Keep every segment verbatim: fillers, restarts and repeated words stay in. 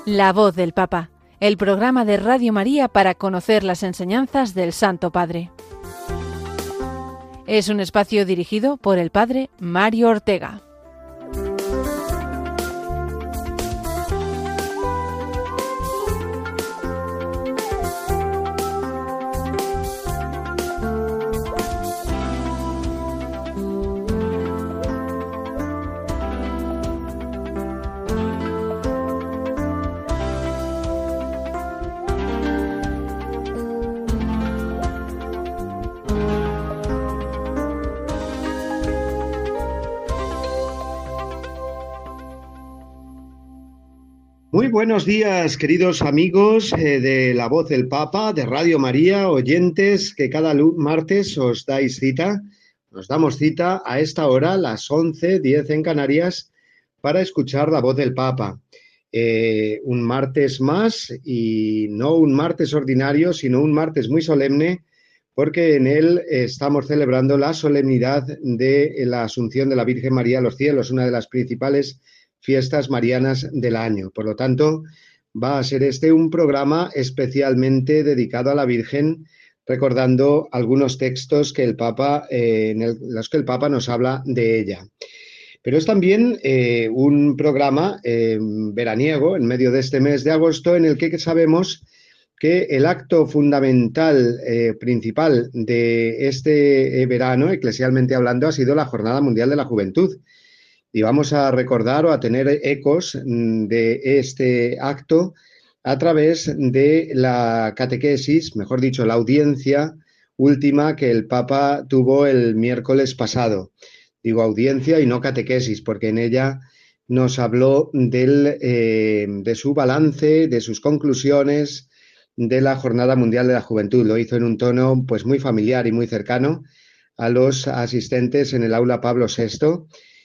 La voz del Papa, el programa de Radio María para conocer las enseñanzas del Santo Padre. Es un espacio dirigido por el Padre Mario Ortega. Muy buenos días, queridos amigos eh, de La Voz del Papa, de Radio María, oyentes que cada martes os dais cita, nos damos cita a esta hora, las once diez en Canarias, para escuchar La Voz del Papa. Eh, un martes más, y no un martes ordinario, sino un martes muy solemne, porque en él estamos celebrando la solemnidad de la Asunción de la Virgen María a los cielos, una de las principales fiestas marianas del año. Por lo tanto, va a ser este un programa especialmente dedicado a la Virgen, recordando algunos textos que el Papa, eh, en el, los que el Papa nos habla de ella. Pero es también eh, un programa eh, veraniego, en medio de este mes de agosto, en el que sabemos que el acto fundamental, eh, principal de este eh, verano, eclesialmente hablando, ha sido la Jornada Mundial de la Juventud. Y vamos a recordar o a tener ecos de este acto a través de la catequesis, mejor dicho, la audiencia última que el Papa tuvo el miércoles pasado. Digo audiencia y no catequesis, porque en ella nos habló del, eh, de su balance, de sus conclusiones de la Jornada Mundial de la Juventud. Lo hizo en un tono pues muy familiar y muy cercano a los asistentes en el aula Pablo sexto,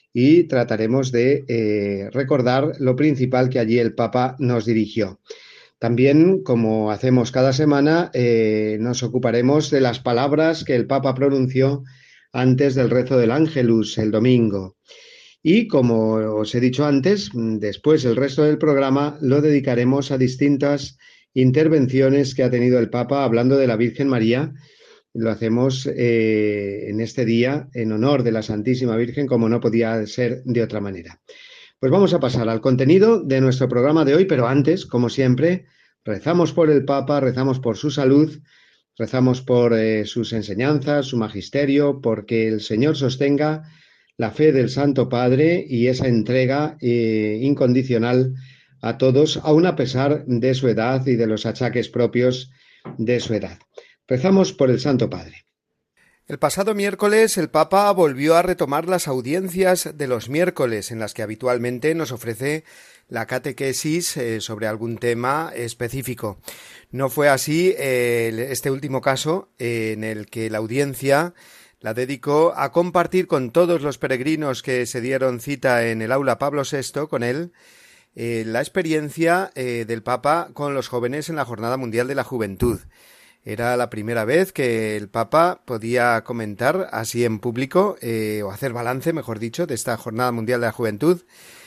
y trataremos de eh, recordar lo principal que allí el Papa nos dirigió. También, como hacemos cada semana, eh, nos ocuparemos de las palabras que el Papa pronunció antes del rezo del Ángelus el domingo. Y, como os he dicho antes, después el resto del programa lo dedicaremos a distintas intervenciones que ha tenido el Papa hablando de la Virgen María. Lo hacemos eh, en este día en honor de la Santísima Virgen, como no podía ser de otra manera. Pues vamos a pasar al contenido de nuestro programa de hoy, pero antes, como siempre, rezamos por el Papa, rezamos por su salud, rezamos por eh, sus enseñanzas, su magisterio, porque el Señor sostenga la fe del Santo Padre y esa entrega eh, incondicional a todos, aun a pesar de su edad y de los achaques propios de su edad. Rezamos por el Santo Padre. El pasado miércoles el Papa volvió a retomar las audiencias de los miércoles en las que habitualmente nos ofrece la catequesis eh, sobre algún tema específico. No fue así eh, este último caso eh, en el que la audiencia la dedicó a compartir con todos los peregrinos que se dieron cita en el aula Pablo sexto con él eh, la experiencia eh, del Papa con los jóvenes en la Jornada Mundial de la Juventud. Era la primera vez que el Papa podía comentar así en público, eh, o hacer balance, mejor dicho, de esta Jornada Mundial de la Juventud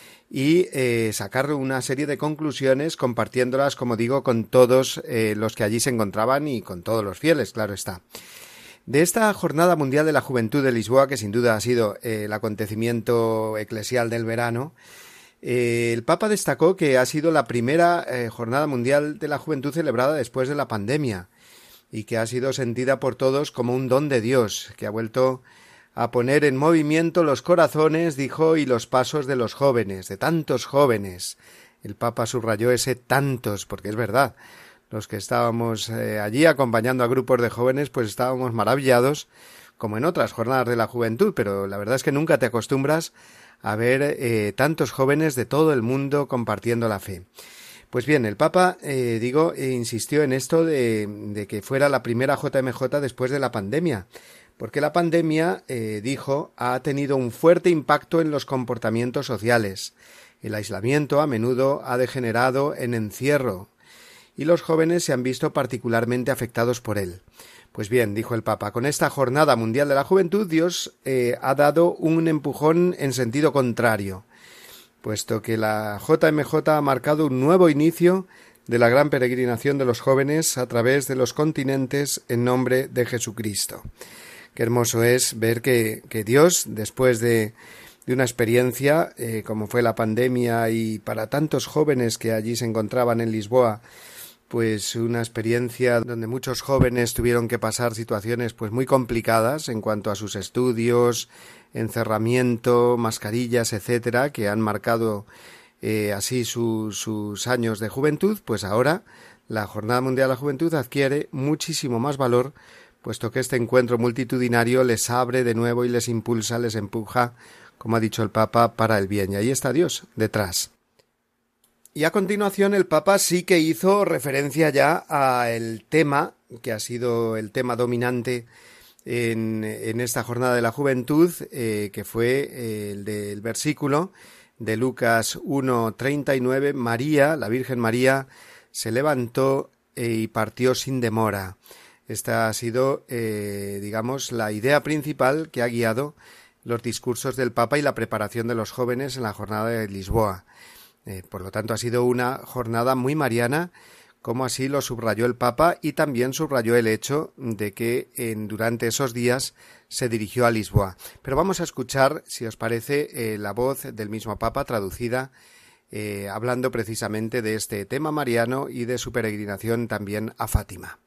y eh, sacar una serie de conclusiones compartiéndolas, como digo, con todos eh, los que allí se encontraban y con todos los fieles, claro está. De esta Jornada Mundial de la Juventud de Lisboa, que sin duda ha sido eh, el acontecimiento eclesial del verano, eh, el Papa destacó que ha sido la primera eh, Jornada Mundial de la Juventud celebrada después de la pandemia, y que ha sido sentida por todos como un don de Dios, que ha vuelto a poner en movimiento los corazones, dijo, y los pasos de los jóvenes, de tantos jóvenes. El Papa subrayó ese tantos, porque es verdad, los que estábamos eh, allí acompañando a grupos de jóvenes, pues estábamos maravillados, como en otras jornadas de la juventud, pero la verdad es que nunca te acostumbras a ver eh, tantos jóvenes de todo el mundo compartiendo la fe. Pues bien, el Papa, eh, digo, eh, insistió en esto de, de que fuera la primera J M J después de la pandemia, porque la pandemia, eh, dijo, ha tenido un fuerte impacto en los comportamientos sociales. El aislamiento a menudo ha degenerado en encierro y los jóvenes se han visto particularmente afectados por él. Pues bien, dijo el Papa, con esta Jornada Mundial de la Juventud Dios eh, ha dado un empujón en sentido contrario. puesto que la J M J ha marcado un nuevo inicio de la gran peregrinación de los jóvenes a través de los continentes en nombre de Jesucristo. Qué hermoso es ver que, que Dios, después de, de una experiencia eh, como fue la pandemia, y para tantos jóvenes que allí se encontraban en Lisboa, pues una experiencia donde muchos jóvenes tuvieron que pasar situaciones pues muy complicadas en cuanto a sus estudios, encerramiento, mascarillas, etcétera, que han marcado eh, así su, sus años de juventud. Pues ahora la Jornada Mundial de la Juventud adquiere muchísimo más valor, puesto que este encuentro multitudinario les abre de nuevo y les impulsa, les empuja, como ha dicho el Papa, para el bien. Y ahí está Dios detrás. Y a continuación el Papa sí que hizo referencia ya al tema, que ha sido el tema dominante en, en esta Jornada de la Juventud, eh, que fue eh, el del versículo de Lucas uno treinta y nueve, María, la Virgen María, se levantó eh, y partió sin demora. Esta ha sido, eh, digamos, la idea principal que ha guiado los discursos del Papa y la preparación de los jóvenes en la Jornada de Lisboa. Eh, por lo tanto, ha sido una jornada muy mariana, como así lo subrayó el Papa, y también subrayó el hecho de que en, durante esos días se dirigió a Lisboa. Pero vamos a escuchar, si os parece, eh, la voz del mismo Papa traducida, eh, hablando precisamente de este tema mariano y de su peregrinación también a Fátima.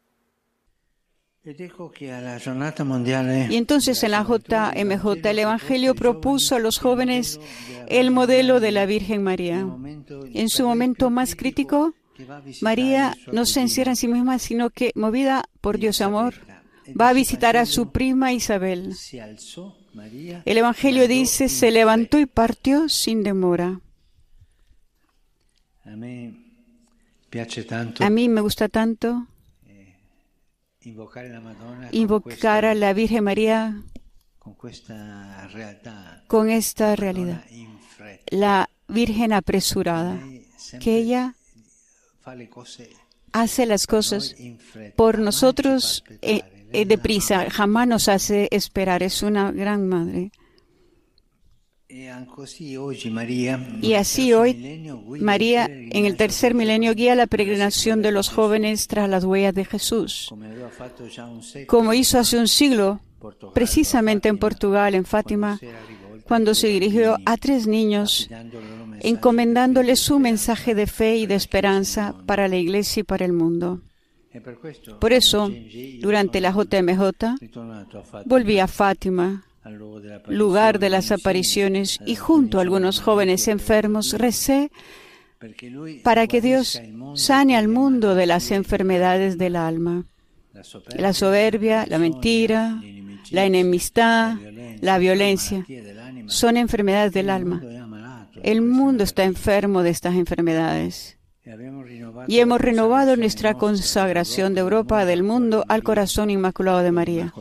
Y entonces en la J M J el Evangelio propuso a los jóvenes el modelo de la Virgen María. En su momento más crítico, María no se encierra en sí misma, sino que, movida por Dios amor, va a visitar a su prima Isabel. El Evangelio dice, se levantó y partió sin demora. A mí me gusta tanto invocar a la Virgen María con esta realidad, la Virgen apresurada, que ella hace las cosas por nosotros eh, eh, deprisa, jamás nos hace esperar, es una gran madre. Y así hoy, María, en el tercer milenio, guía la peregrinación de los jóvenes tras las huellas de Jesús, como hizo hace un siglo, precisamente en Portugal, en Fátima, cuando se dirigió a tres niños, encomendándoles su mensaje de fe y de esperanza para la Iglesia y para el mundo. Por eso, durante la J M J, volví a Fátima, lugar de las apariciones, y junto a algunos jóvenes enfermos recé para que Dios sane al mundo de las enfermedades del alma, la soberbia, la mentira, la enemistad, la violencia. Son enfermedades del alma. El mundo está enfermo de estas enfermedades. Y hemos renovado nuestra consagración de Europa, del mundo, al corazón inmaculado de María.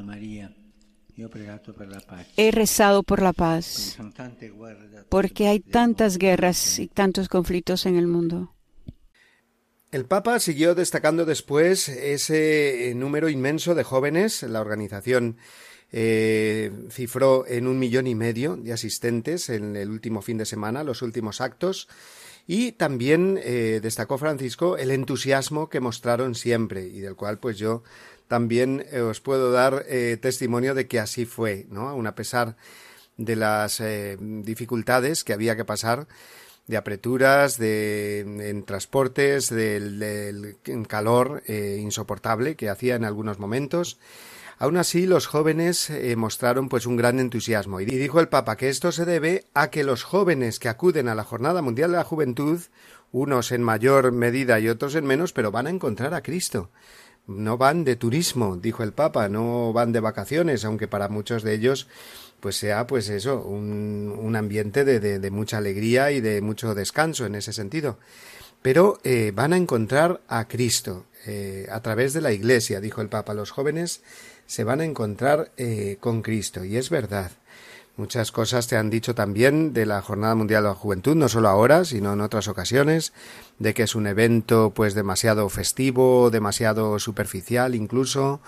He rezado por la paz, porque hay tantas guerras y tantos conflictos en el mundo. El Papa siguió destacando después ese número inmenso de jóvenes. La organización eh, cifró en un millón y medio de asistentes en el último fin de semana, los últimos actos. Y también eh, destacó Francisco el entusiasmo que mostraron siempre, y del cual pues yo también eh, os puedo dar eh, testimonio de que así fue, ¿no? Aun a pesar de las eh, dificultades que había que pasar, de apreturas, de en transportes, del, del calor eh, insoportable que hacía en algunos momentos. Aún así, los jóvenes eh, mostraron pues un gran entusiasmo, y dijo el Papa que esto se debe a que los jóvenes que acuden a la Jornada Mundial de la Juventud, unos en mayor medida y otros en menos, pero van a encontrar a Cristo. No van de turismo, dijo el Papa, no van de vacaciones, aunque para muchos de ellos pues sea pues eso, un, un ambiente de, de, de mucha alegría y de mucho descanso en ese sentido. Pero eh, van a encontrar a Cristo eh, a través de la Iglesia, dijo el Papa. Los jóvenes se van a encontrar eh, con Cristo, y es verdad. Muchas cosas te han dicho también de la Jornada Mundial de la Juventud, no solo ahora, sino en otras ocasiones, de que es un evento pues demasiado festivo, demasiado superficial incluso,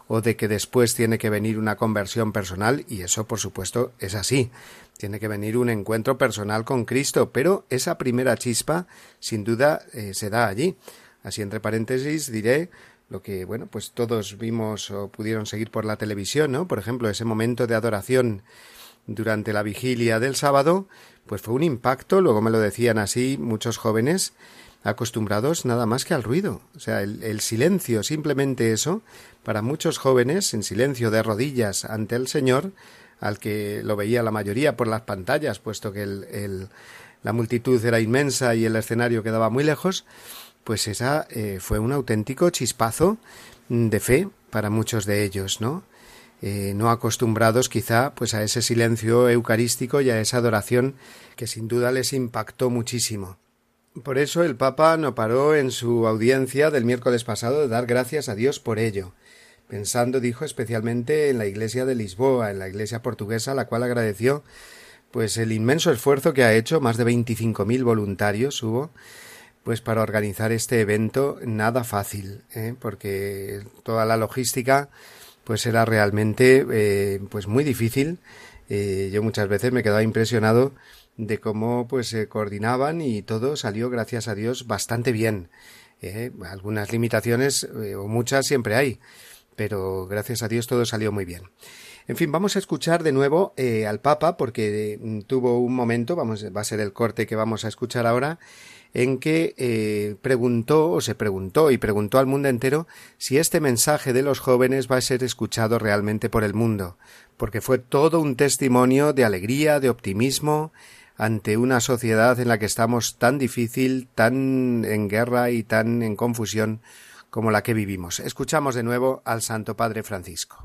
o de que después tiene que venir una conversión personal, y eso por supuesto es así. Tiene que venir un encuentro personal con Cristo, pero esa primera chispa sin duda eh, se da allí. Así entre paréntesis diré lo que, bueno, pues todos vimos o pudieron seguir por la televisión, ¿no? Por ejemplo, ese momento de adoración durante la vigilia del sábado, pues fue un impacto, luego me lo decían así muchos jóvenes acostumbrados nada más que al ruido. O sea, el, el silencio, simplemente eso, para muchos jóvenes, en silencio de rodillas ante el Señor, al que lo veía la mayoría por las pantallas, puesto que el, el, la multitud era inmensa y el escenario quedaba muy lejos, pues esa eh, fue un auténtico chispazo de fe para muchos de ellos, ¿no? Eh, no acostumbrados quizá pues a ese silencio eucarístico y a esa adoración que sin duda les impactó muchísimo. Por eso el Papa no paró en su audiencia del miércoles pasado de dar gracias a Dios por ello, pensando, dijo, especialmente en la Iglesia de Lisboa, en la Iglesia portuguesa, a la cual agradeció pues el inmenso esfuerzo que ha hecho, más de veinticinco mil voluntarios hubo, pues para organizar este evento nada fácil, ¿eh? Porque toda la logística pues era realmente eh, pues muy difícil. Eh, yo muchas veces me quedaba impresionado de cómo pues se coordinaban y todo salió, gracias a Dios, bastante bien. Eh, algunas limitaciones eh, o muchas siempre hay, pero gracias a Dios todo salió muy bien. En fin, vamos a escuchar de nuevo eh, al Papa, porque eh, tuvo un momento, vamos, va a ser el corte que vamos a escuchar ahora, en que eh, preguntó, o se preguntó y preguntó al mundo entero si este mensaje de los jóvenes va a ser escuchado realmente por el mundo, porque fue todo un testimonio de alegría, de optimismo, ante una sociedad en la que estamos tan difícil, tan en guerra y tan en confusión como la que vivimos. Escuchamos de nuevo al Santo Padre Francisco.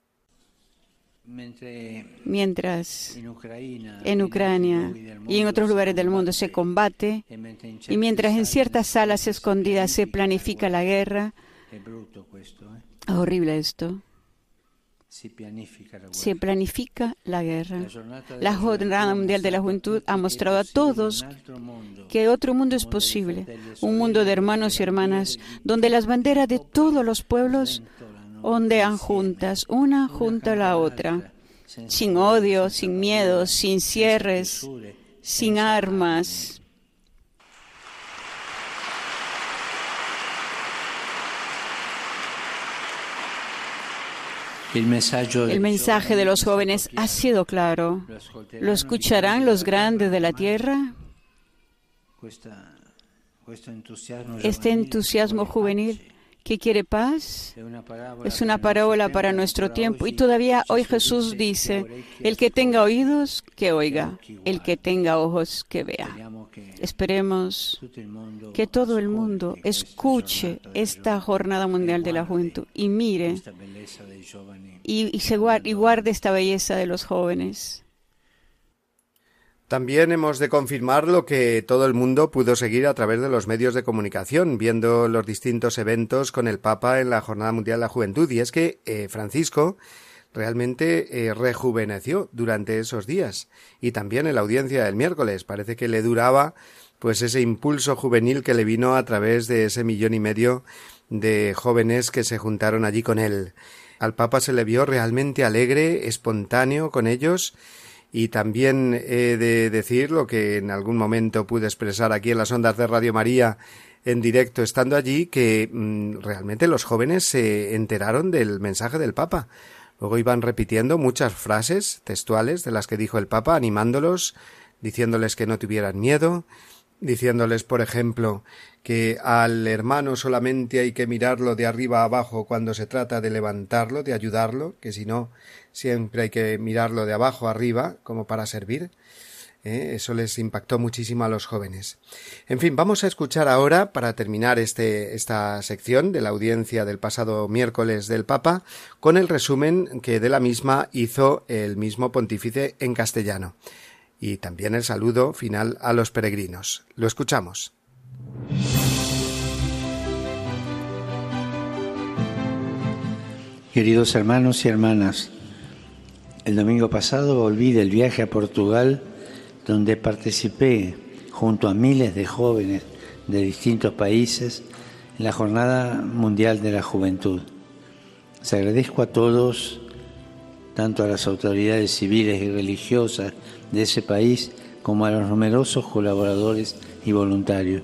Mientras en Ucrania y en otros lugares del mundo se combate, y mientras en ciertas salas escondidas se planifica la guerra, es horrible esto, se planifica la guerra. La Jornada Mundial de la Juventud ha mostrado a todos que otro mundo es posible, un mundo de hermanos y hermanas, donde las banderas de todos los pueblos ondean juntas, una junto a la otra, sin odio, sin miedo, sin cierres, sin armas. El mensaje de los jóvenes ha sido claro. ¿Lo escucharán los grandes de la tierra? Este entusiasmo juvenil que quiere paz es una parábola para nuestro tiempo, y todavía hoy Jesús dice: el que tenga oídos, que oiga; el que tenga ojos, que vea. Esperemos que todo el mundo escuche esta Jornada Mundial de la Juventud y mire y, y, se guarde, y guarde esta belleza de los jóvenes. También hemos de confirmar lo que todo el mundo pudo seguir a través de los medios de comunicación, viendo los distintos eventos con el Papa en la Jornada Mundial de la Juventud, y es que eh, Francisco realmente eh, rejuveneció durante esos días, y también en la audiencia del miércoles. Parece que le duraba pues ese impulso juvenil que le vino a través de ese millón y medio de jóvenes que se juntaron allí con él. Al Papa se le vio realmente alegre, espontáneo con ellos. Y también he de decir lo que en algún momento pude expresar aquí en las ondas de Radio María en directo estando allí, que mmm, realmente los jóvenes se enteraron del mensaje del Papa. Luego iban repitiendo muchas frases textuales de las que dijo el Papa, animándolos, diciéndoles que no tuvieran miedo, diciéndoles, por ejemplo, que al hermano solamente hay que mirarlo de arriba a abajo cuando se trata de levantarlo, de ayudarlo, que si no, siempre hay que mirarlo de abajo a arriba, como para servir. ¿Eh? Eso les impactó muchísimo a los jóvenes. En fin, vamos a escuchar ahora, para terminar este, esta sección de la audiencia del pasado miércoles del Papa, con el resumen que de la misma hizo el mismo pontífice en castellano. Y también el saludo final a los peregrinos. Lo escuchamos. Queridos hermanos y hermanas, el domingo pasado volví del viaje a Portugal, donde participé junto a miles de jóvenes de distintos países en la Jornada Mundial de la Juventud. Les agradezco a todos, tanto a las autoridades civiles y religiosas de ese país como a los numerosos colaboradores y voluntarios.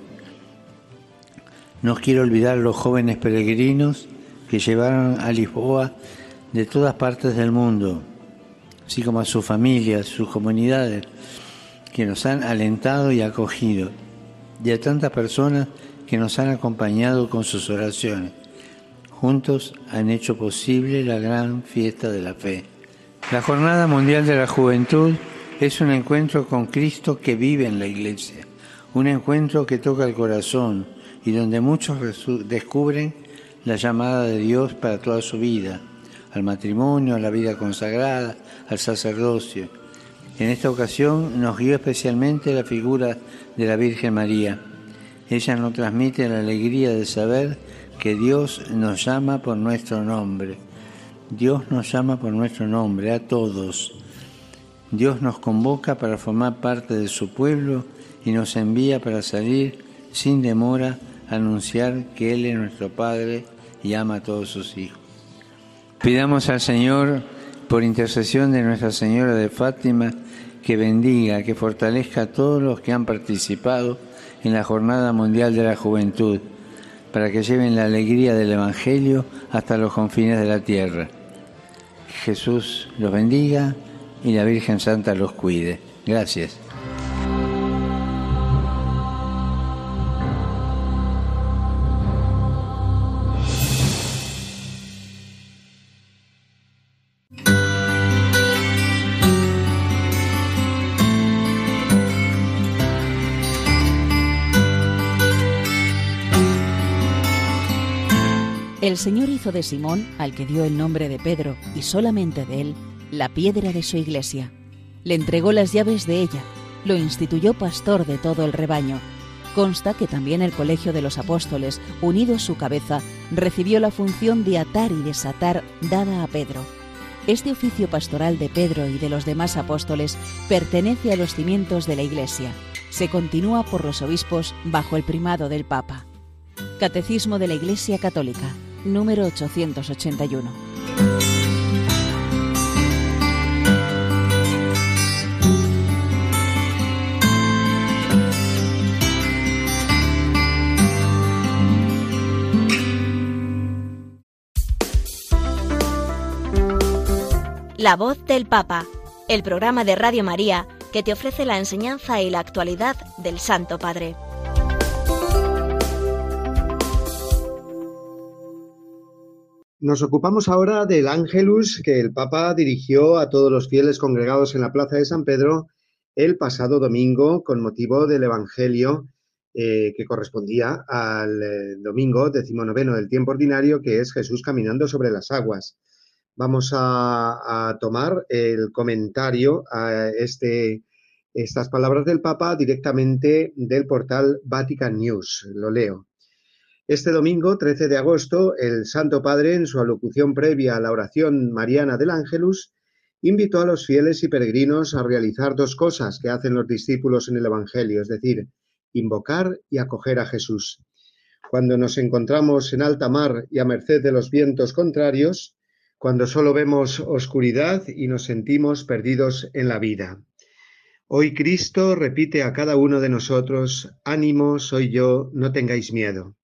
No quiero olvidar los jóvenes peregrinos que llevaron a Lisboa de todas partes del mundo, así como a sus familias, sus comunidades, que nos han alentado y acogido, y a tantas personas que nos han acompañado con sus oraciones. Juntos han hecho posible la gran fiesta de la fe. La Jornada Mundial de la Juventud es un encuentro con Cristo que vive en la Iglesia, un encuentro que toca el corazón y donde muchos descubren la llamada de Dios para toda su vida, al matrimonio, a la vida consagrada, al sacerdocio. En esta ocasión nos guió especialmente la figura de la Virgen María. Ella nos transmite la alegría de saber que Dios nos llama por nuestro nombre. Dios nos llama por nuestro nombre, a todos. Dios nos convoca para formar parte de su pueblo y nos envía para salir sin demora a anunciar que Él es nuestro Padre y ama a todos sus hijos. Pidamos al Señor, por intercesión de Nuestra Señora de Fátima, que bendiga, que fortalezca a todos los que han participado en la Jornada Mundial de la Juventud, para que lleven la alegría del Evangelio hasta los confines de la tierra. Jesús los bendiga y la Virgen Santa los cuide. Gracias. El Señor hizo de Simón, al que dio el nombre de Pedro, y solamente de él, la piedra de su iglesia. Le entregó las llaves de ella, lo instituyó pastor de todo el rebaño. Consta que también el colegio de los apóstoles, unido a su cabeza, recibió la función de atar y desatar dada a Pedro. Este oficio pastoral de Pedro y de los demás apóstoles pertenece a los cimientos de la Iglesia. Se continúa por los obispos bajo el primado del Papa. Catecismo de la Iglesia Católica, número ochocientos ochenta y uno. La voz del Papa, el programa de Radio María que te ofrece la enseñanza y la actualidad del Santo Padre. Nos ocupamos ahora del Ángelus que el Papa dirigió a todos los fieles congregados en la Plaza de San Pedro el pasado domingo con motivo del Evangelio eh, que correspondía al eh, domingo decimonoveno del tiempo ordinario, que es Jesús caminando sobre las aguas. Vamos a, a tomar el comentario a este, estas palabras del Papa directamente del portal Vatican News. Lo leo. Este domingo, trece de agosto, el Santo Padre, en su alocución previa a la oración mariana del Ángelus, invitó a los fieles y peregrinos a realizar dos cosas que hacen los discípulos en el Evangelio, es decir, invocar y acoger a Jesús. Cuando nos encontramos en alta mar y a merced de los vientos contrarios, cuando solo vemos oscuridad y nos sentimos perdidos en la vida. Hoy Cristo repite a cada uno de nosotros: ánimo, soy yo, no tengáis miedo.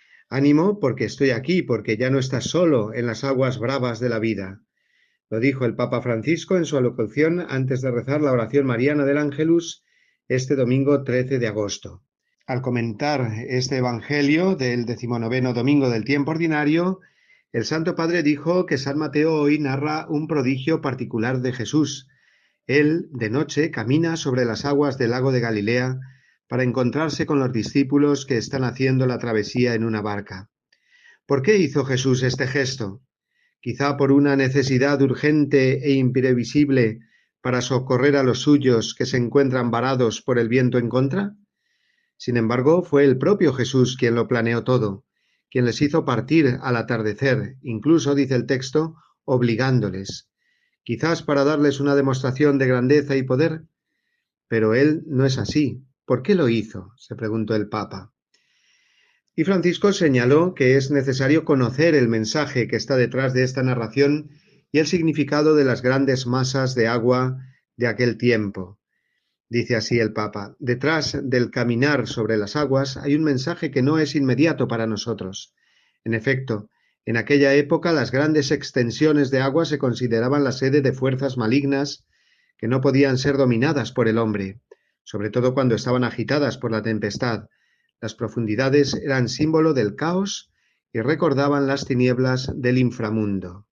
Ánimo porque estoy aquí, porque ya no estás solo en las aguas bravas de la vida. Lo dijo el Papa Francisco en su alocución antes de rezar la oración mariana del Ángelus este domingo trece de agosto. Al comentar este Evangelio del decimonoveno domingo del tiempo ordinario, el Santo Padre dijo que San Mateo hoy narra un prodigio particular de Jesús. Él, de noche, camina sobre las aguas del lago de Galilea para encontrarse con los discípulos que están haciendo la travesía en una barca. ¿Por qué hizo Jesús este gesto? Quizá por una necesidad urgente e imprevisible para socorrer a los suyos que se encuentran varados por el viento en contra. Sin embargo, fue el propio Jesús quien lo planeó todo, quien les hizo partir al atardecer, incluso, dice el texto, obligándoles, quizás para darles una demostración de grandeza y poder. Pero él no es así. ¿Por qué lo hizo?, se preguntó el Papa. Y Francisco señaló que es necesario conocer el mensaje que está detrás de esta narración y el significado de las grandes masas de agua de aquel tiempo. Dice así el Papa: detrás del caminar sobre las aguas hay un mensaje que no es inmediato para nosotros. En efecto, en aquella época las grandes extensiones de agua se consideraban la sede de fuerzas malignas que no podían ser dominadas por el hombre, sobre todo cuando estaban agitadas por la tempestad. Las profundidades eran símbolo del caos y recordaban las tinieblas del inframundo.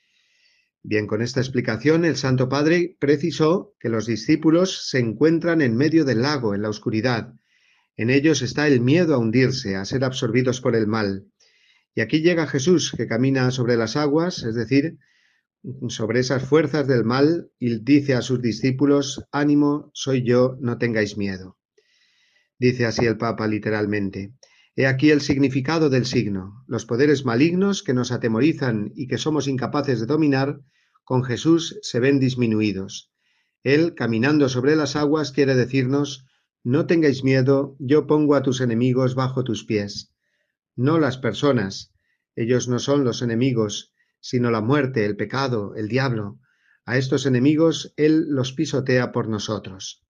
Bien, con esta explicación el Santo Padre precisó que los discípulos se encuentran en medio del lago, en la oscuridad. En ellos está el miedo a hundirse, a ser absorbidos por el mal. Y aquí llega Jesús, que camina sobre las aguas, es decir, sobre esas fuerzas del mal, y dice a sus discípulos: ánimo, soy yo, no tengáis miedo. Dice así el Papa literalmente. He aquí el significado del signo. Los poderes malignos que nos atemorizan y que somos incapaces de dominar, con Jesús se ven disminuidos. Él, caminando sobre las aguas, quiere decirnos: no tengáis miedo, yo pongo a tus enemigos bajo tus pies. No las personas, ellos no son los enemigos, sino la muerte, el pecado, el diablo. A estos enemigos Él los pisotea por nosotros.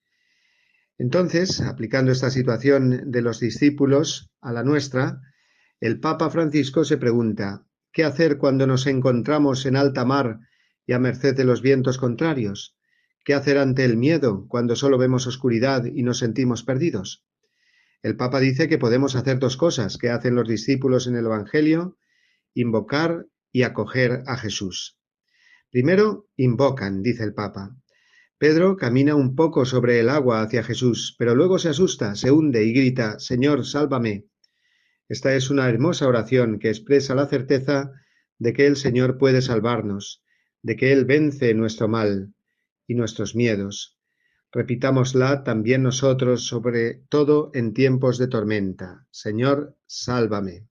Entonces, aplicando esta situación de los discípulos a la nuestra, el Papa Francisco se pregunta: ¿qué hacer cuando nos encontramos en alta mar y a merced de los vientos contrarios? ¿Qué hacer ante el miedo cuando solo vemos oscuridad y nos sentimos perdidos? El Papa dice que podemos hacer dos cosas que hacen los discípulos en el Evangelio: invocar y acoger a Jesús. Primero, invocan, dice el Papa. Pedro camina un poco sobre el agua hacia Jesús, pero luego se asusta, se hunde y grita: Señor, sálvame. Esta es una hermosa oración que expresa la certeza de que el Señor puede salvarnos, de que Él vence nuestro mal y nuestros miedos. Repitámosla también nosotros, sobre todo en tiempos de tormenta: Señor, sálvame.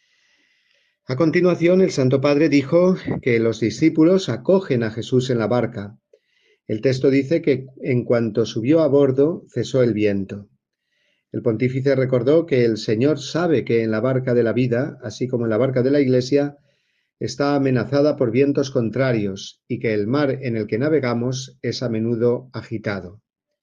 A continuación, el Santo Padre dijo que los discípulos acogen a Jesús en la barca. El texto dice que en cuanto subió a bordo, cesó el viento. El pontífice recordó que el Señor sabe que en la barca de la vida, así como en la barca de la Iglesia, está amenazada por vientos contrarios y que el mar en el que navegamos es a menudo agitado.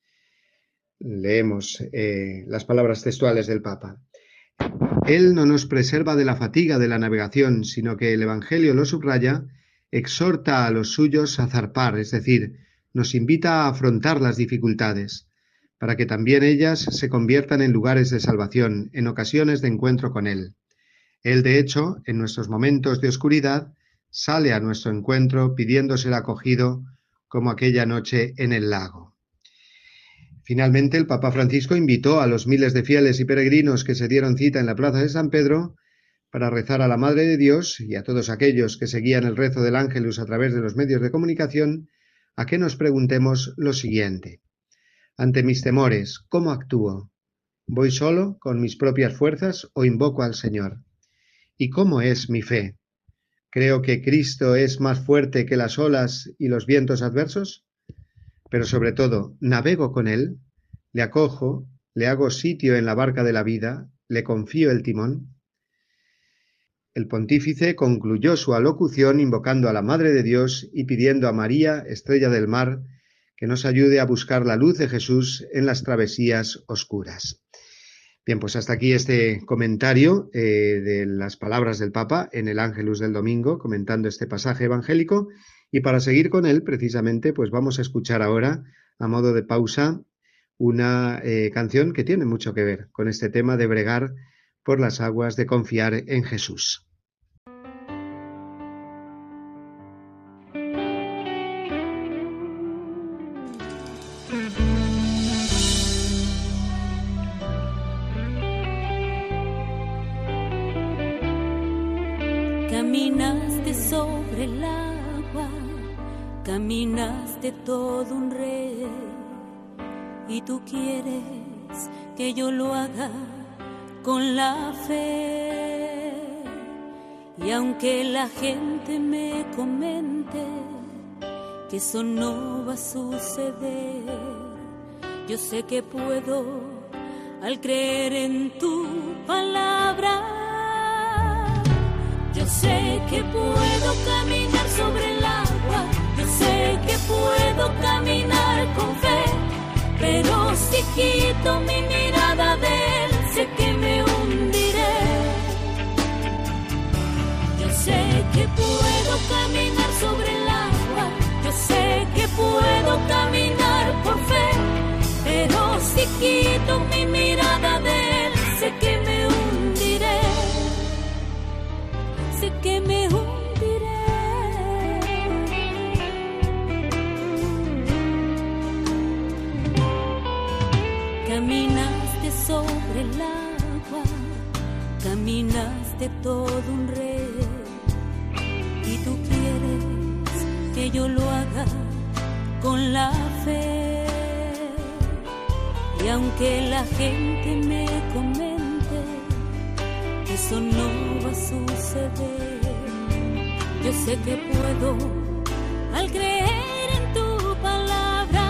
Leemos eh, las palabras textuales del Papa. Él no nos preserva de la fatiga de la navegación, sino que el Evangelio lo subraya, exhorta a los suyos a zarpar, es decir, nos invita a afrontar las dificultades, para que también ellas se conviertan en lugares de salvación, en ocasiones de encuentro con Él. Él, de hecho, en nuestros momentos de oscuridad, sale a nuestro encuentro pidiendo ser acogido, como aquella noche en el lago. Finalmente, el Papa Francisco invitó a los miles de fieles y peregrinos que se dieron cita en la plaza de San Pedro para rezar a la Madre de Dios y a todos aquellos que seguían el rezo del Ángelus a través de los medios de comunicación, a que nos preguntemos lo siguiente: ante mis temores, ¿cómo actúo? ¿Voy solo, con mis propias fuerzas, o invoco al Señor? ¿Y cómo es mi fe? ¿Creo que Cristo es más fuerte que las olas y los vientos adversos? Pero sobre todo, ¿navego con Él? ¿Le acojo? ¿Le hago sitio en la barca de la vida? ¿Le confío el timón? El pontífice concluyó su alocución invocando a la Madre de Dios y pidiendo a María, estrella del mar, que nos ayude a buscar la luz de Jesús en las travesías oscuras. Bien, pues hasta aquí este comentario eh, de las palabras del Papa en el Ángelus del domingo, comentando este pasaje evangélico, y para seguir con él, precisamente, pues vamos a escuchar ahora, a modo de pausa, una eh, canción que tiene mucho que ver con este tema de bregar por las aguas, de confiar en Jesús. Caminaste sobre el agua, caminaste todo un rey, y tú quieres que yo lo haga con la fe. Y aunque la gente me comente que eso no va a suceder, yo sé que puedo al creer en tu palabra. Yo sé que puedo caminar sobre el agua, yo sé que puedo caminar con fe, pero si quito mi mirada de él, sé que me hundiré. Yo sé que puedo caminar sobre el agua, yo sé que puedo caminar por fe, pero si quito mi mirada de él, sé que me hundiré, sé que me hundiré. Caminaste sobre el agua, caminaste todo un rey, y tú quieres que yo lo haga con la fe. Y aunque la gente me comente que eso no va a suceder, yo sé que puedo al creer en tu palabra.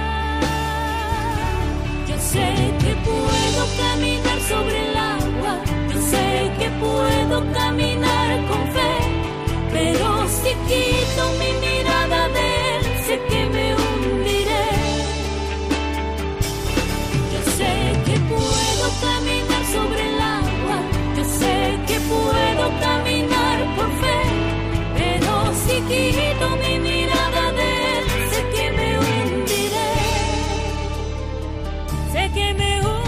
Yo sé que puedo caminar sobre el agua, yo sé que puedo caminar con fe, pero si quito mi mirada de él, sé que me hundiré. Yo sé que puedo caminar sobre el agua, yo sé que puedo caminar por fe, pero si quito mi mirada de él, sé que me hundiré, sé que me hundiré.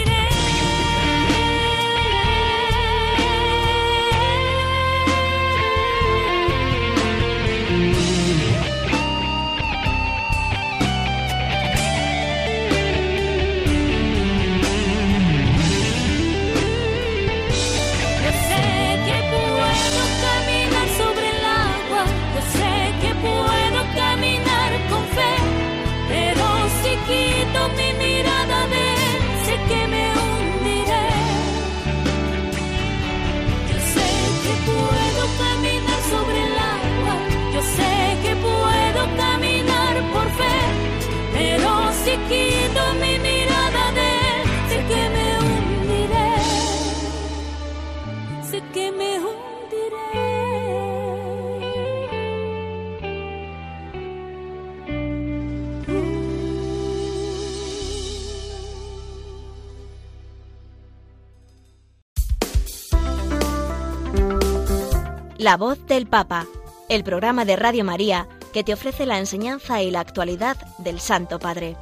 Quito mi mirada de él, sé que me hundiré. Yo sé que puedo caminar sobre el agua, yo sé que puedo caminar por fe, pero si quito mi mirada de él, sé que me hundiré, sé que me hundiré. La voz del Papa, el programa de Radio María que te ofrece la enseñanza y la actualidad del Santo Padre.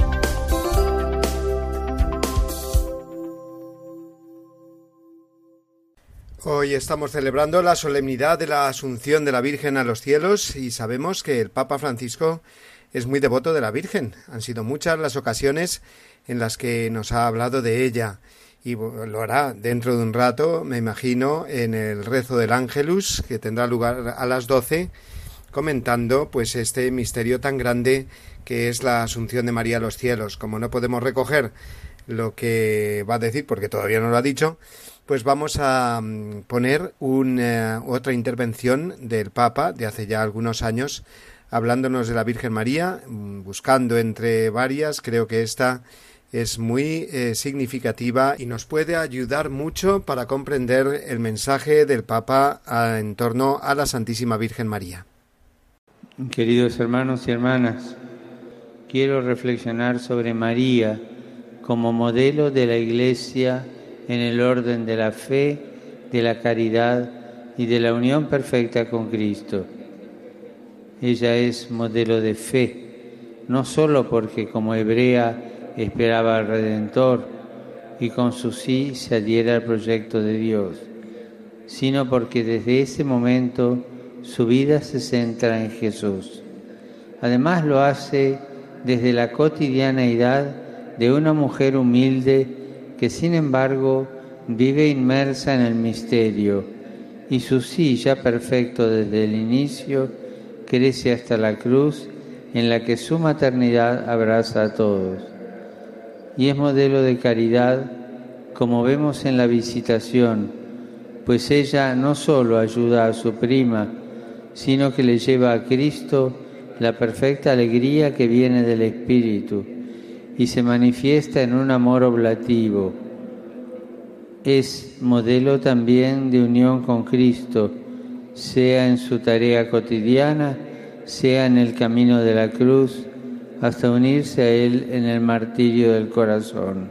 Hoy estamos celebrando la solemnidad de la Asunción de la Virgen a los cielos y sabemos que el Papa Francisco es muy devoto de la Virgen. Han sido muchas las ocasiones en las que nos ha hablado de ella. Y lo hará dentro de un rato, me imagino, en el rezo del Ángelus, que tendrá lugar a las doce, comentando pues este misterio tan grande que es la Asunción de María a los cielos. Como no podemos recoger lo que va a decir, porque todavía no lo ha dicho, pues vamos a poner una, otra intervención del Papa de hace ya algunos años, hablándonos de la Virgen María, buscando entre varias, creo que esta es muy eh, significativa y nos puede ayudar mucho para comprender el mensaje del Papa a, en torno a la Santísima Virgen María. Queridos hermanos y hermanas, quiero reflexionar sobre María como modelo de la Iglesia en el orden de la fe, de la caridad y de la unión perfecta con Cristo. Ella es modelo de fe, no solo porque como hebrea esperaba al Redentor y con su sí se adhiera al proyecto de Dios, sino porque desde ese momento su vida se centra en Jesús. Además lo hace desde la cotidianeidad de una mujer humilde que sin embargo vive inmersa en el misterio y su sí ya perfecto desde el inicio crece hasta la cruz en la que su maternidad abraza a todos. Y es modelo de caridad, como vemos en la visitación, pues ella no solo ayuda a su prima, sino que le lleva a Cristo la perfecta alegría que viene del Espíritu, y se manifiesta en un amor oblativo. Es modelo también de unión con Cristo, sea en su tarea cotidiana, sea en el camino de la cruz, hasta unirse a Él en el martirio del corazón.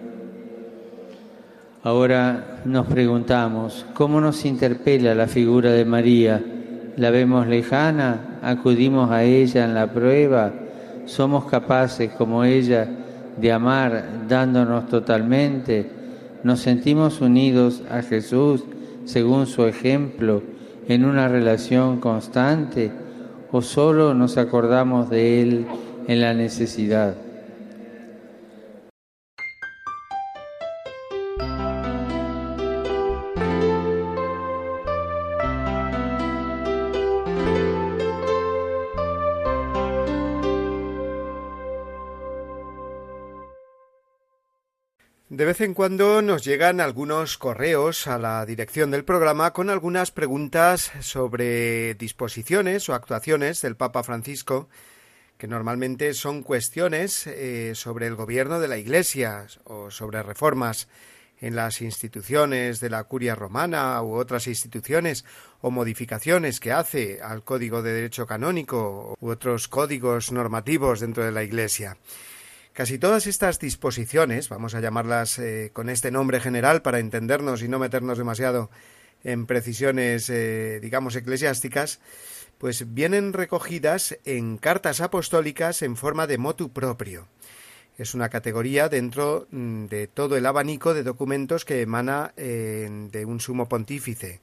Ahora nos preguntamos, ¿cómo nos interpela la figura de María? ¿La vemos lejana? ¿Acudimos a ella en la prueba? ¿Somos capaces, como ella, de amar dándonos totalmente? ¿Nos sentimos unidos a Jesús según su ejemplo en una relación constante? ¿O solo nos acordamos de Él en la necesidad? De vez en cuando nos llegan algunos correos a la dirección del programa con algunas preguntas sobre disposiciones o actuaciones del Papa Francisco, que normalmente son cuestiones eh, sobre el gobierno de la Iglesia o sobre reformas en las instituciones de la Curia Romana u otras instituciones, o modificaciones que hace al Código de Derecho Canónico u otros códigos normativos dentro de la Iglesia. Casi todas estas disposiciones, vamos a llamarlas eh, con este nombre general para entendernos y no meternos demasiado en precisiones, eh, digamos, eclesiásticas, pues vienen recogidas en cartas apostólicas en forma de motu proprio. Es una categoría dentro de todo el abanico de documentos que emana eh, de un sumo pontífice.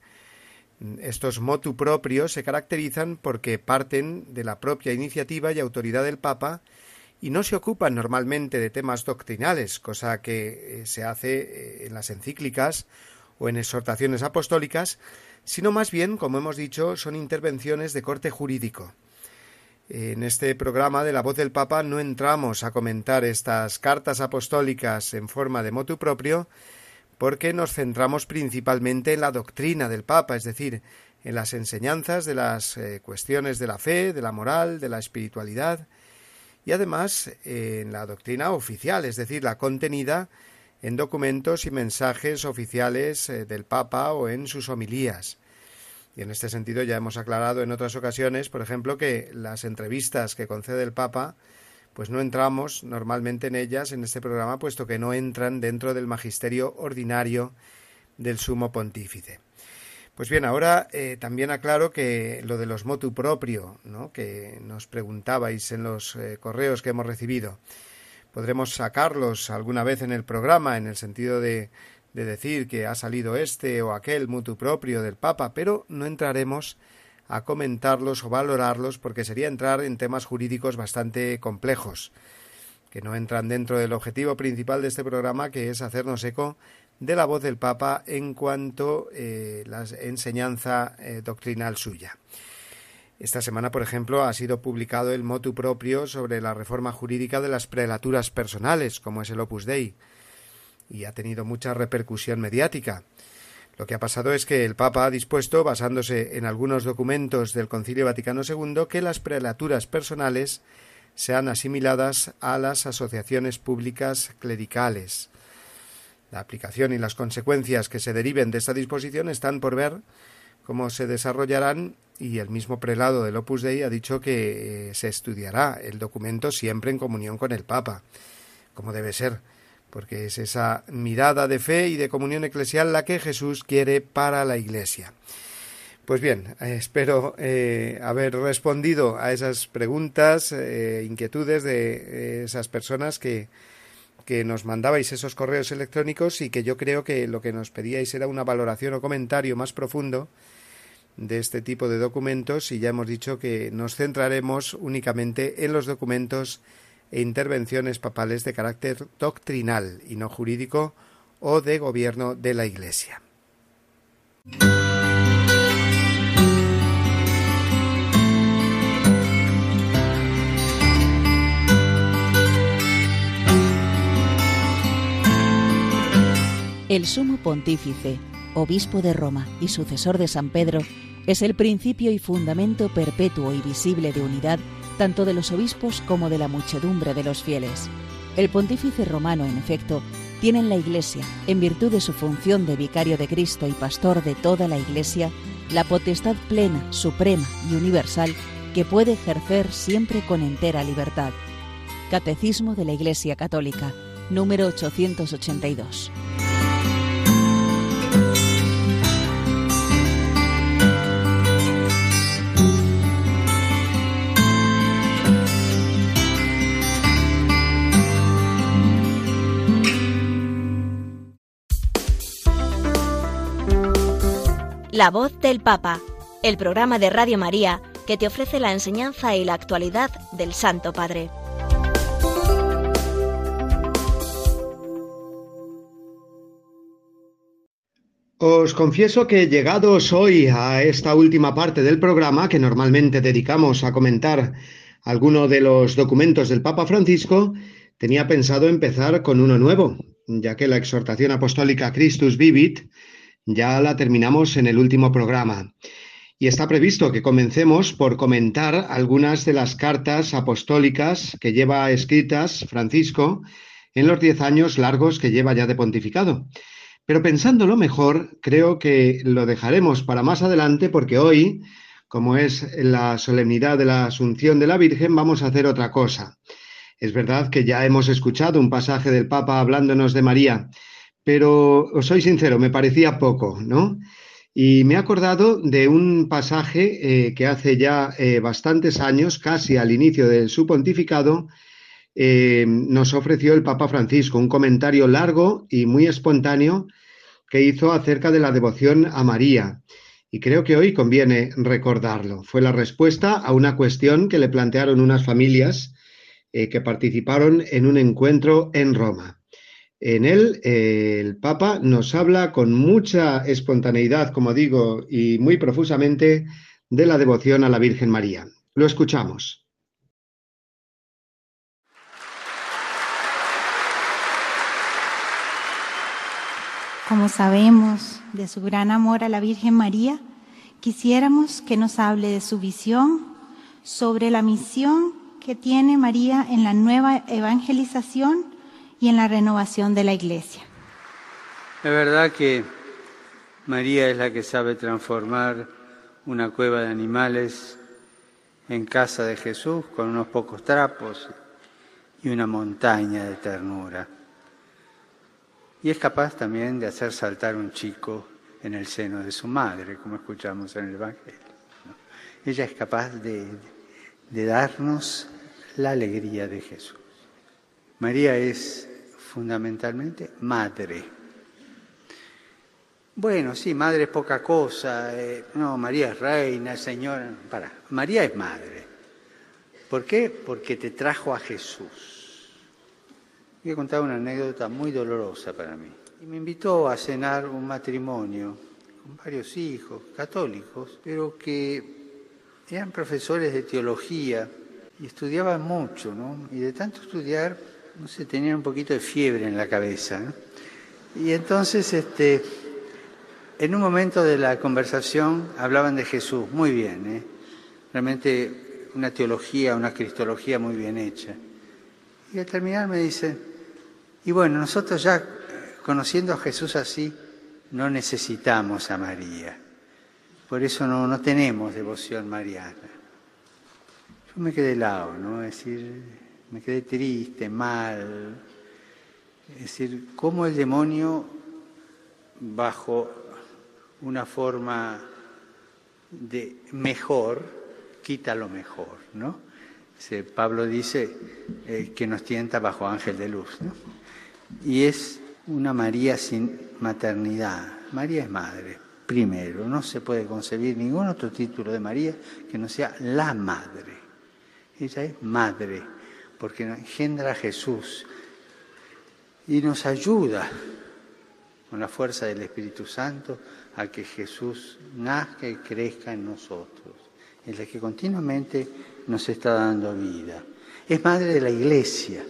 Estos motu proprio se caracterizan porque parten de la propia iniciativa y autoridad del Papa y no se ocupan normalmente de temas doctrinales, cosa que eh, se hace eh, en las encíclicas o en exhortaciones apostólicas, sino más bien, como hemos dicho, son intervenciones de corte jurídico. En este programa de La Voz del Papa no entramos a comentar estas cartas apostólicas en forma de motu proprio porque nos centramos principalmente en la doctrina del Papa, es decir, en las enseñanzas de las eh, cuestiones de la fe, de la moral, de la espiritualidad, y además eh, en la doctrina oficial, es decir, la contenida en documentos y mensajes oficiales eh, del Papa o en sus homilías. Y en este sentido ya hemos aclarado en otras ocasiones, por ejemplo, que las entrevistas que concede el Papa, pues no entramos normalmente en ellas en este programa, puesto que no entran dentro del magisterio ordinario del Sumo Pontífice. Pues bien, ahora eh, también aclaro que lo de los motu proprio, ¿no?, que nos preguntabais en los eh, correos que hemos recibido, podremos sacarlos alguna vez en el programa en el sentido de, de decir que ha salido este o aquel motu proprio del Papa, pero no entraremos a comentarlos o valorarlos porque sería entrar en temas jurídicos bastante complejos, que no entran dentro del objetivo principal de este programa, que es hacernos eco de la voz del Papa en cuanto eh, la enseñanza eh, doctrinal suya. Esta semana, por ejemplo, ha sido publicado el motu proprio sobre la reforma jurídica de las prelaturas personales, como es el Opus Dei, y ha tenido mucha repercusión mediática. Lo que ha pasado es que el Papa ha dispuesto, basándose en algunos documentos del Concilio Vaticano segundo, que las prelaturas personales sean asimiladas a las asociaciones públicas clericales. La aplicación y las consecuencias que se deriven de esta disposición están por ver cómo se desarrollarán, y el mismo prelado del Opus Dei ha dicho que eh, se estudiará el documento siempre en comunión con el Papa, como debe ser, porque es esa mirada de fe y de comunión eclesial la que Jesús quiere para la Iglesia. Pues bien, eh, espero eh, haber respondido a esas preguntas, eh, inquietudes de eh, esas personas que que nos mandabais esos correos electrónicos, y que yo creo que lo que nos pedíais era una valoración o comentario más profundo de este tipo de documentos, y ya hemos dicho que nos centraremos únicamente en los documentos e intervenciones papales de carácter doctrinal y no jurídico o de gobierno de la Iglesia. El Sumo Pontífice, Obispo de Roma y sucesor de San Pedro, es el principio y fundamento perpetuo y visible de unidad tanto de los obispos como de la muchedumbre de los fieles. El pontífice romano, en efecto, tiene en la Iglesia, en virtud de su función de vicario de Cristo y pastor de toda la Iglesia, la potestad plena, suprema y universal que puede ejercer siempre con entera libertad. Catecismo de la Iglesia Católica, número ochocientos ochenta y dos. La voz del Papa, el programa de Radio María que te ofrece la enseñanza y la actualidad del Santo Padre. Os confieso que llegados hoy a esta última parte del programa, que normalmente dedicamos a comentar alguno de los documentos del Papa Francisco, tenía pensado empezar con uno nuevo, ya que la exhortación apostólica Christus Vivit ya la terminamos en el último programa. Y está previsto que comencemos por comentar algunas de las cartas apostólicas que lleva escritas Francisco en los diez años largos que lleva ya de pontificado. Pero pensándolo mejor, creo que lo dejaremos para más adelante porque hoy, como es la solemnidad de la Asunción de la Virgen, vamos a hacer otra cosa. Es verdad que ya hemos escuchado un pasaje del Papa hablándonos de María, pero os soy sincero, me parecía poco, ¿no? Y me he acordado de un pasaje eh, que hace ya eh, bastantes años, casi al inicio de su pontificado, eh, nos ofreció el Papa Francisco, un comentario largo y muy espontáneo que hizo acerca de la devoción a María. Y creo que hoy conviene recordarlo. Fue la respuesta a una cuestión que le plantearon unas familias eh, que participaron en un encuentro en Roma. En él, eh, el Papa nos habla con mucha espontaneidad, como digo, y muy profusamente, de la devoción a la Virgen María. Lo escuchamos. Como sabemos de su gran amor a la Virgen María, quisiéramos que nos hable de su visión sobre la misión que tiene María en la nueva evangelización y en la renovación de la Iglesia. Es verdad que María es la que sabe transformar una cueva de animales en casa de Jesús con unos pocos trapos y una montaña de ternura. Y es capaz también de hacer saltar un chico en el seno de su madre, como escuchamos en el Evangelio, ¿no? Ella es capaz de, de darnos la alegría de Jesús. María es fundamentalmente madre. Bueno, sí, madre es poca cosa, eh, no, María es reina, señora, para, María es madre. ¿Por qué? Porque te trajo a Jesús. Voy a contar una anécdota muy dolorosa para mí. Y me invitó a cenar un matrimonio con varios hijos católicos, pero que eran profesores de teología y estudiaban mucho, ¿no? Y de tanto estudiar, no sé, tenían un poquito de fiebre en la cabeza, ¿no? Y entonces, este, en un momento de la conversación hablaban de Jesús, muy bien, ¿eh? Realmente una teología, una cristología muy bien hecha. Y al terminar me dicen, y bueno, nosotros ya conociendo a Jesús así, no necesitamos a María. Por eso no, no tenemos devoción mariana. Yo me quedé helado, ¿no? Es decir, me quedé triste, mal. Es decir, cómo el demonio, bajo una forma de mejor, quita lo mejor, ¿no? Se, Pablo dice eh, que nos tienta bajo ángel de luz, ¿no? Y es una María sin maternidad. María es madre, primero. No se puede concebir ningún otro título de María que no sea la madre. Ella es madre, porque engendra a Jesús y nos ayuda con la fuerza del Espíritu Santo a que Jesús nazca y crezca en nosotros. Es la que continuamente nos está dando vida. Es madre de la Iglesia.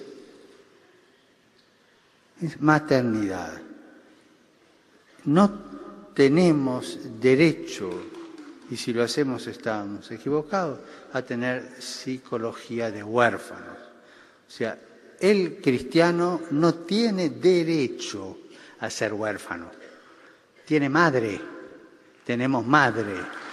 Es maternidad. No tenemos derecho, y si lo hacemos estamos equivocados, a tener psicología de huérfanos. O sea, el cristiano no tiene derecho a ser huérfano. Tiene madre, tenemos madre.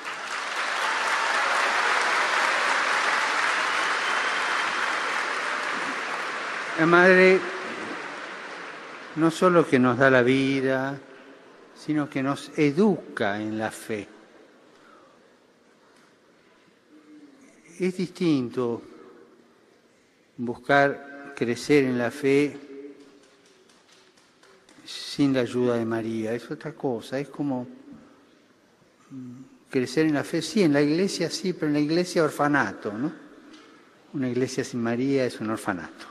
La madre no solo que nos da la vida, sino que nos educa en la fe. Es distinto buscar crecer en la fe sin la ayuda de María, es otra cosa, es como crecer en la fe, sí, en la iglesia sí, pero en la iglesia orfanato, ¿no? Una iglesia sin María es un orfanato.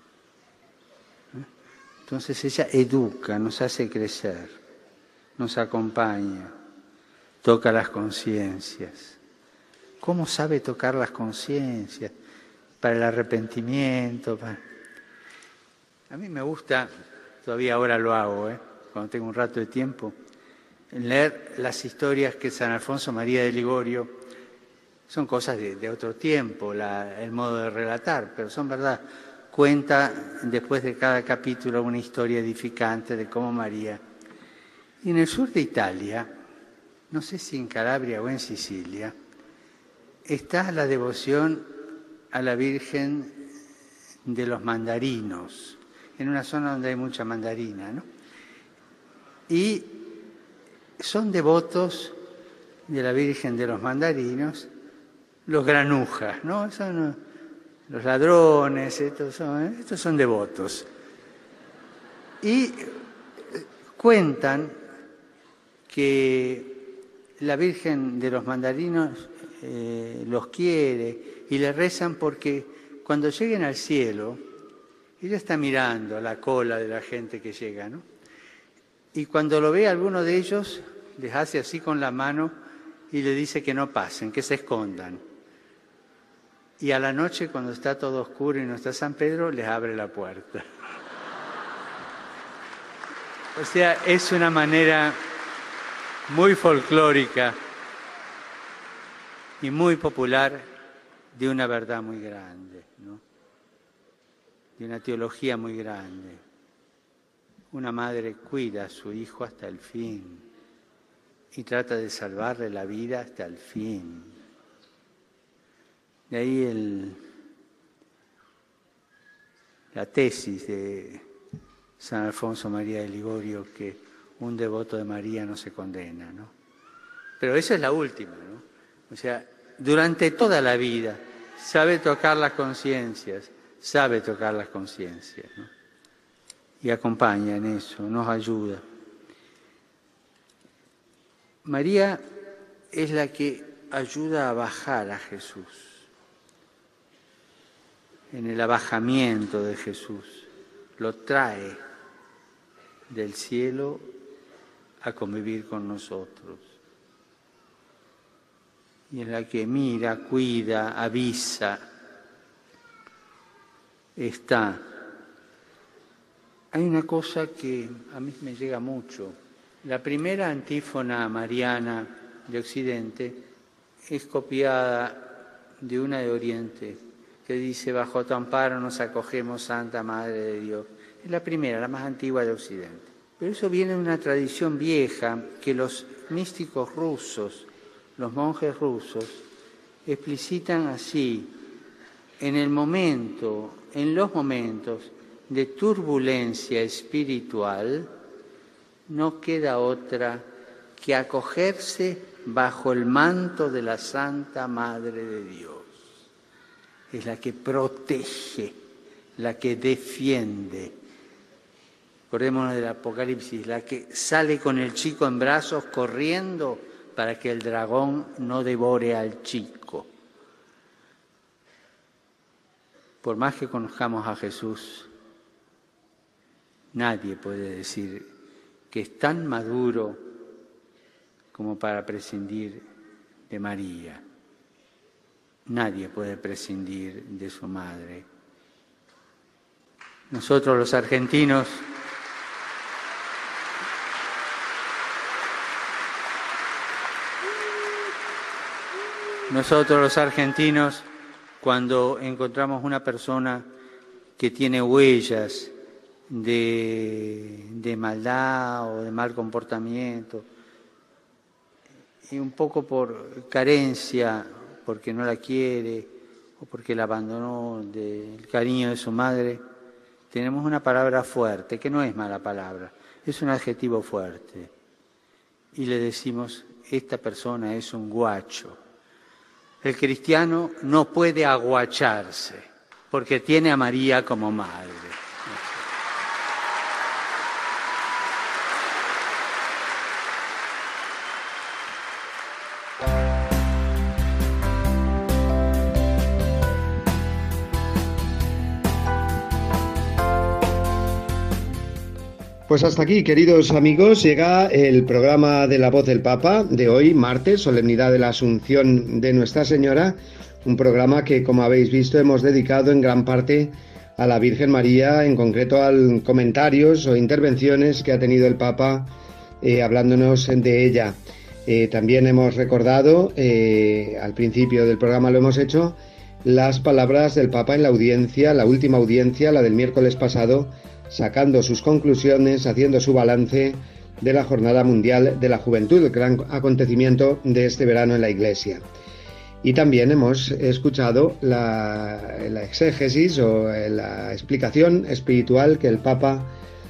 Entonces ella educa, nos hace crecer, nos acompaña, toca las conciencias. ¿Cómo sabe tocar las conciencias? Para el arrepentimiento. Para... A mí me gusta, todavía ahora lo hago, ¿eh? Cuando tengo un rato de tiempo, leer las historias que San Alfonso María de Ligorio, son cosas de, de otro tiempo, la, el modo de relatar, pero son verdad. Cuenta después de cada capítulo una historia edificante de cómo María. Y en el sur de Italia, no sé si en Calabria o en Sicilia, está la devoción a la Virgen de los Mandarinos, en una zona donde hay mucha mandarina, ¿no? Y son devotos de la Virgen de los Mandarinos los granujas, ¿no? Son los ladrones, estos son, estos son devotos. Y cuentan que la Virgen de los Mandarinos eh, los quiere y le rezan porque cuando lleguen al cielo, ella está mirando la cola de la gente que llega, ¿no? Y cuando lo ve a alguno de ellos, les hace así con la mano y le dice que no pasen, que se escondan. Y a la noche, cuando está todo oscuro y no está San Pedro, les abre la puerta. O sea, es una manera muy folclórica y muy popular de una verdad muy grande, ¿no? De una teología muy grande. Una madre cuida a su hijo hasta el fin y trata de salvarle la vida hasta el fin. De ahí el, la tesis de San Alfonso María de Ligorio, que un devoto de María no se condena, ¿no? Pero esa es la última, ¿no? O sea, durante toda la vida sabe tocar las conciencias, sabe tocar las conciencias, ¿no? Y acompaña en eso, nos ayuda. María es la que ayuda a bajar a Jesús, en el abajamiento de Jesús, lo trae del cielo a convivir con nosotros. Y es la que mira, cuida, avisa, está. Hay una cosa que a mí me llega mucho. La primera antífona mariana de Occidente es copiada de una de Oriente, que dice: bajo tu amparo nos acogemos, Santa Madre de Dios. Es la primera, la más antigua de Occidente. Pero eso viene de una tradición vieja que los místicos rusos, los monjes rusos, explicitan así: en el momento, en los momentos de turbulencia espiritual, no queda otra que acogerse bajo el manto de la Santa Madre de Dios. Es la que protege, la que defiende. Acordémonos del Apocalipsis, la que sale con el chico en brazos corriendo para que el dragón no devore al chico. Por más que conozcamos a Jesús, nadie puede decir que es tan maduro como para prescindir de María. Nadie puede prescindir de su madre. Nosotros los argentinos nosotros los argentinos cuando encontramos una persona que tiene huellas de, de maldad o de mal comportamiento, y un poco por carencia, porque no la quiere o porque la abandonó del cariño de su madre, tenemos una palabra fuerte, que no es mala palabra, es un adjetivo fuerte. Y le decimos, esta persona es un guacho. El cristiano no puede aguacharse, porque tiene a María como madre. Pues hasta aquí, queridos amigos, llega el programa de La Voz del Papa de hoy, martes, Solemnidad de la Asunción de Nuestra Señora, un programa que, como habéis visto, hemos dedicado en gran parte a la Virgen María, en concreto a comentarios o intervenciones que ha tenido el Papa eh, hablándonos de ella. Eh, también hemos recordado, eh, al principio del programa lo hemos hecho, las palabras del Papa en la audiencia, la última audiencia, la del miércoles pasado, sacando sus conclusiones, haciendo su balance de la Jornada Mundial de la Juventud, el gran acontecimiento de este verano en la Iglesia. Y también hemos escuchado la, la exégesis o la explicación espiritual que el Papa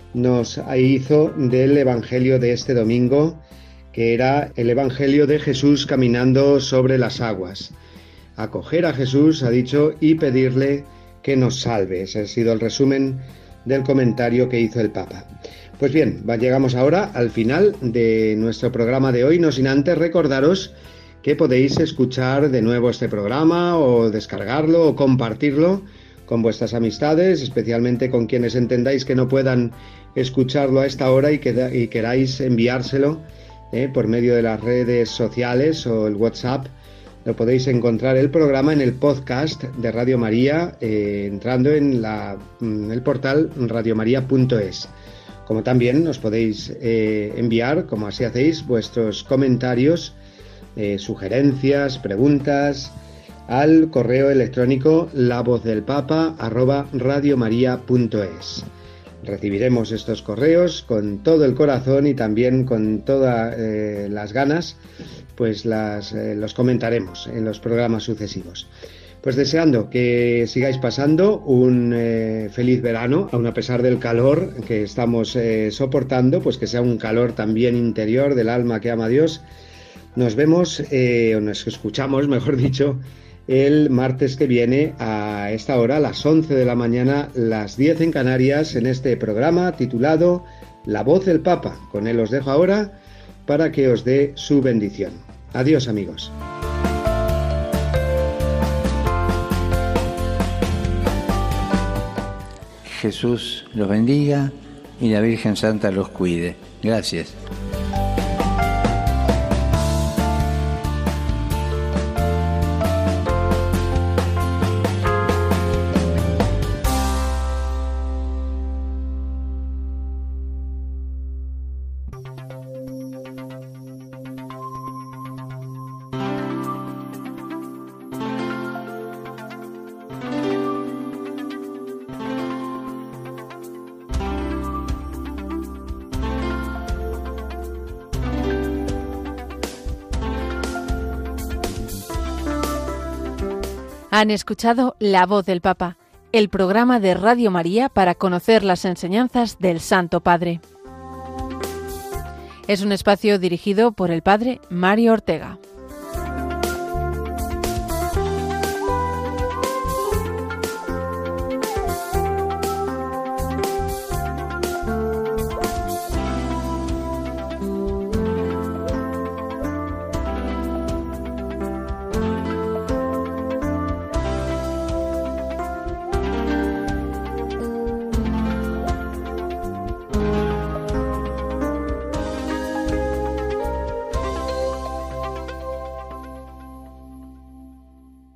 nos hizo del Evangelio de este domingo, que era el Evangelio de Jesús caminando sobre las aguas. Acoger a Jesús, ha dicho, y pedirle que nos salve. Ese ha sido el resumen del comentario que hizo el Papa. Pues bien, llegamos ahora al final de nuestro programa de hoy, no sin antes recordaros que podéis escuchar de nuevo este programa o descargarlo o compartirlo con vuestras amistades, especialmente con quienes entendáis que no puedan escucharlo a esta hora y, que, y queráis enviárselo eh, por medio de las redes sociales o el WhatsApp. Lo podéis encontrar el programa en el podcast de Radio María, eh, entrando en, la, en el portal radiomaria punto es. Como también os podéis eh, enviar, como así hacéis, vuestros comentarios, eh, sugerencias, preguntas, al correo electrónico lavozdelpapa arroba radiomaria punto es. Recibiremos estos correos con todo el corazón y también con todas eh, las ganas, pues las, eh, los comentaremos en los programas sucesivos. Pues deseando que sigáis pasando un eh, feliz verano, aun a pesar del calor que estamos eh, soportando, pues que sea un calor también interior del alma que ama a Dios. Nos vemos, eh, o nos escuchamos, mejor dicho, el martes que viene a esta hora, a las once de la mañana, las diez en Canarias, en este programa titulado La Voz del Papa. Con él os dejo ahora para que os dé su bendición. Adiós, amigos. Jesús los bendiga y la Virgen Santa los cuide. Gracias. Han escuchado La Voz del Papa, el programa de Radio María para conocer las enseñanzas del Santo Padre. Es un espacio dirigido por el Padre Mario Ortega.